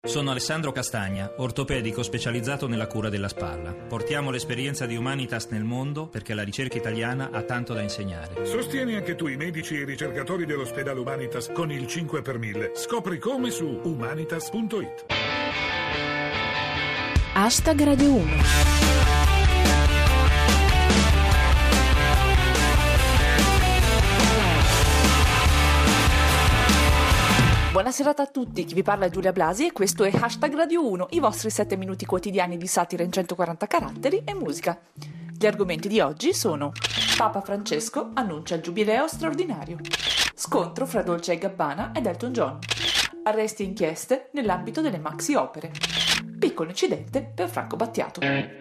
Sono Alessandro Castagna, ortopedico specializzato nella cura della spalla. Portiamo l'esperienza di Humanitas nel mondo perché la ricerca italiana ha tanto da insegnare. Sostieni anche tu i medici e i ricercatori dell'ospedale Humanitas con il 5 per 1000. Scopri come su humanitas.it. Hashtag Radio 1. Buonasera a tutti, chi vi parla è Giulia Blasi e questo è Hashtag Radio 1, i vostri 7 minuti quotidiani di satira in 140 caratteri e musica. Gli argomenti di oggi sono: Papa Francesco annuncia il giubileo straordinario, scontro fra Dolce & Gabbana ed Elton John, arresti e inchieste nell'ambito delle maxi opere, piccolo incidente per Franco Battiato.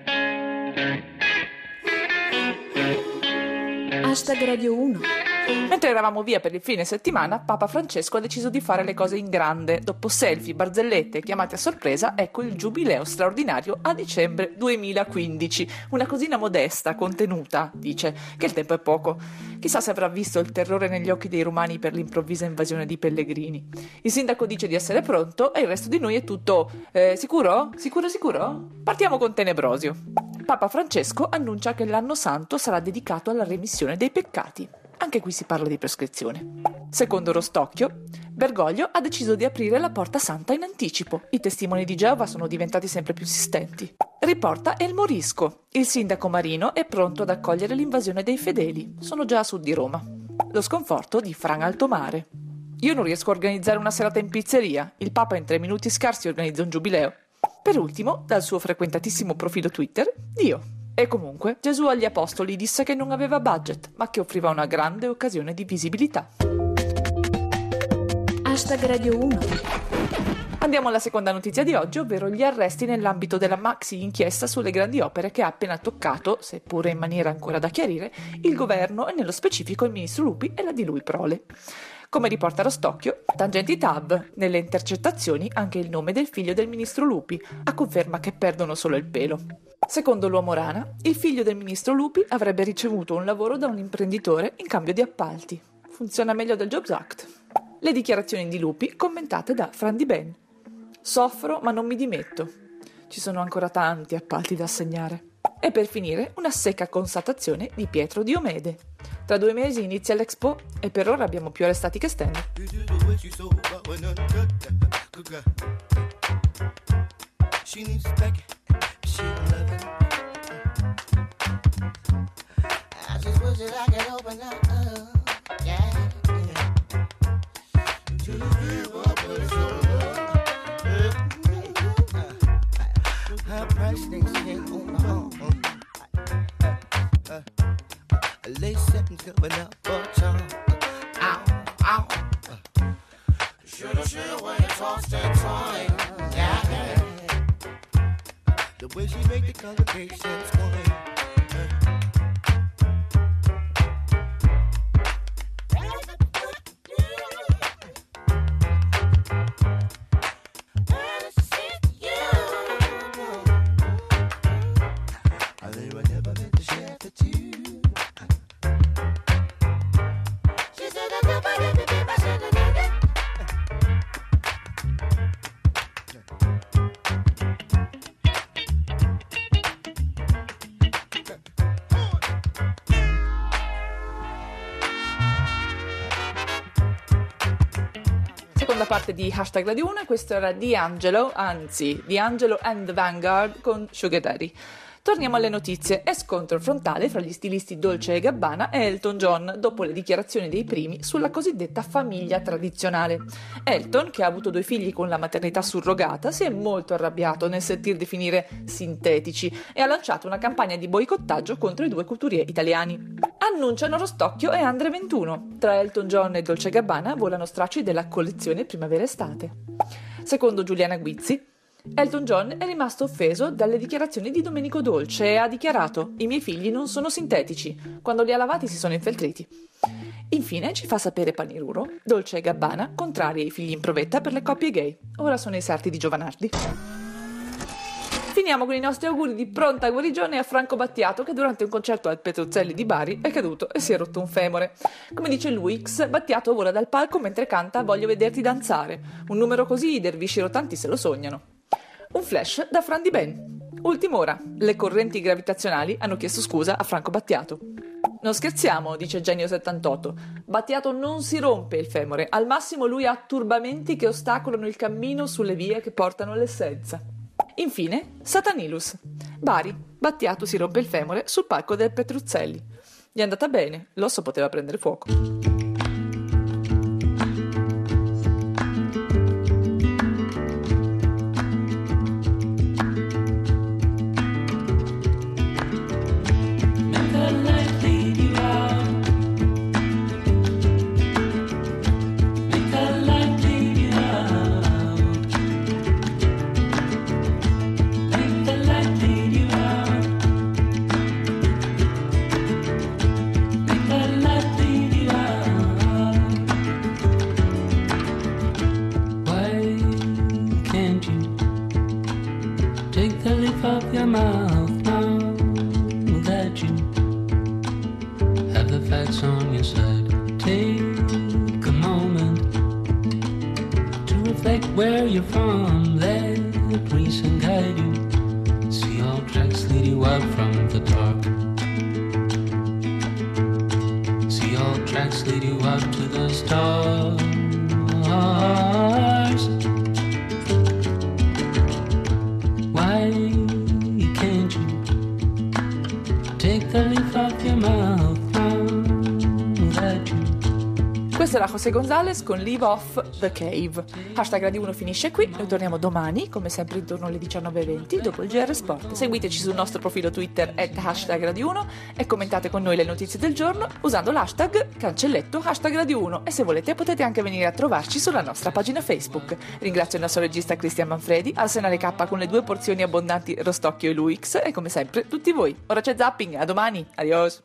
Hashtag Radio 1. Mentre eravamo via per il fine settimana, Papa Francesco ha deciso di fare le cose in grande. Dopo selfie, barzellette e chiamate a sorpresa, ecco il giubileo straordinario a dicembre 2015. Una cosina modesta, contenuta, dice, che il tempo è poco. Chissà se avrà visto il terrore negli occhi dei romani per l'improvvisa invasione di pellegrini. Il sindaco dice di essere pronto e il resto di noi è tutto sicuro? Sicuro? Partiamo con Tenebrosio. Papa Francesco annuncia che l'anno santo sarà dedicato alla remissione dei peccati. Anche qui si parla di prescrizione. Secondo Rostocchio, Bergoglio ha deciso di aprire la Porta Santa in anticipo. I testimoni di Geova sono diventati sempre più insistenti. Riporta El Morisco. Il sindaco Marino è pronto ad accogliere l'invasione dei fedeli. Sono già a sud di Roma. Lo sconforto di Fran Altomare. Io non riesco a organizzare una serata in pizzeria. Il Papa in 3 minuti scarsi organizza un giubileo. Per ultimo, dal suo frequentatissimo profilo Twitter, Dio. E comunque, Gesù agli apostoli disse che non aveva budget, ma che offriva una grande occasione di visibilità. Hashtag Radio 1. Andiamo alla seconda notizia di oggi, ovvero gli arresti nell'ambito della maxi inchiesta sulle grandi opere che ha appena toccato, seppure in maniera ancora da chiarire, il governo e nello specifico il ministro Lupi e la di lui prole. Come riporta Rostocchio, Tangenti Tab, nelle intercettazioni anche il nome del figlio del ministro Lupi, a conferma che perdono solo il pelo. Secondo l'uomo rana, il figlio del ministro Lupi avrebbe ricevuto un lavoro da un imprenditore in cambio di appalti. Funziona meglio del Jobs Act. Le dichiarazioni di Lupi commentate da Fran Di Ben. Soffro ma non mi dimetto. Ci sono ancora tanti appalti da assegnare. E per finire, una secca constatazione di Pietro Diomede. Tra 2 mesi inizia l'Expo e per ora abbiamo più arrestati che stand. Late seconds coming up for time. Ow, ow. Shoulda when you tossed that time. Yeah. The way she make the congregations going. They were never meant to share the two. Seconda parte di Hashtag Radio 1, questo era D'Angelo and the Vanguard con Sugar Daddy. Torniamo alle notizie. È scontro frontale fra gli stilisti Dolce & Gabbana e Elton John dopo le dichiarazioni dei primi sulla cosiddetta famiglia tradizionale. Elton, che ha avuto 2 figli con la maternità surrogata, si è molto arrabbiato nel sentir definire sintetici e ha lanciato una campagna di boicottaggio contro i 2 couturier italiani. Annunciano Rostocchio e Andre 21. Tra Elton John e Dolce & Gabbana volano stracci della collezione primavera-estate. Secondo Giuliana Guizzi, Elton John è rimasto offeso dalle dichiarazioni di Domenico Dolce e ha dichiarato: i miei figli non sono sintetici, quando li ha lavati si sono infeltriti. Infine ci fa sapere Paniruro, Dolce & Gabbana contrari ai figli in provetta per le coppie gay. Ora sono i sarti di Giovanardi. Finiamo con i nostri auguri di pronta guarigione a Franco Battiato, che durante un concerto al Petruzzelli di Bari è caduto e si è rotto un femore. Come dice Luix, Battiato vola dal palco mentre canta "Voglio vederti danzare". Un numero così i dervisci rotanti se lo sognano. Un flash da Fran Di Ben. Ultima ora, le correnti gravitazionali hanno chiesto scusa a Franco Battiato. Non scherziamo, dice Genio78. Battiato non si rompe il femore, al massimo lui ha turbamenti che ostacolano il cammino sulle vie che portano all'essenza. Infine, Satanilus. Bari, Battiato si rompe il femore sul palco del Petruzzelli. Gli è andata bene, l'osso poteva prendere fuoco. Take the leaf off your mouth now that you have the facts on your side. Take a moment to reflect where you're from. Let reason guide you. See all tracks lead you out from the dark. See all tracks lead you out to the stars. Why can't you take the leaf off your mouth now that you... Questa era José González con Leave Off the Cave. Hashtag Radio 1 finisce qui, noi torniamo domani, come sempre intorno alle 19:20, dopo il GR Sport. Seguiteci sul nostro profilo Twitter #hashtag Radio 1 e commentate con noi le notizie del giorno usando l'hashtag cancelletto #Radio 1 e se volete potete anche venire a trovarci sulla nostra pagina Facebook. Ringrazio il nostro regista Cristian Manfredi, Arsenale K con le 2 porzioni abbondanti Rostocchio e Luix e come sempre tutti voi. Ora c'è zapping, a domani, adios!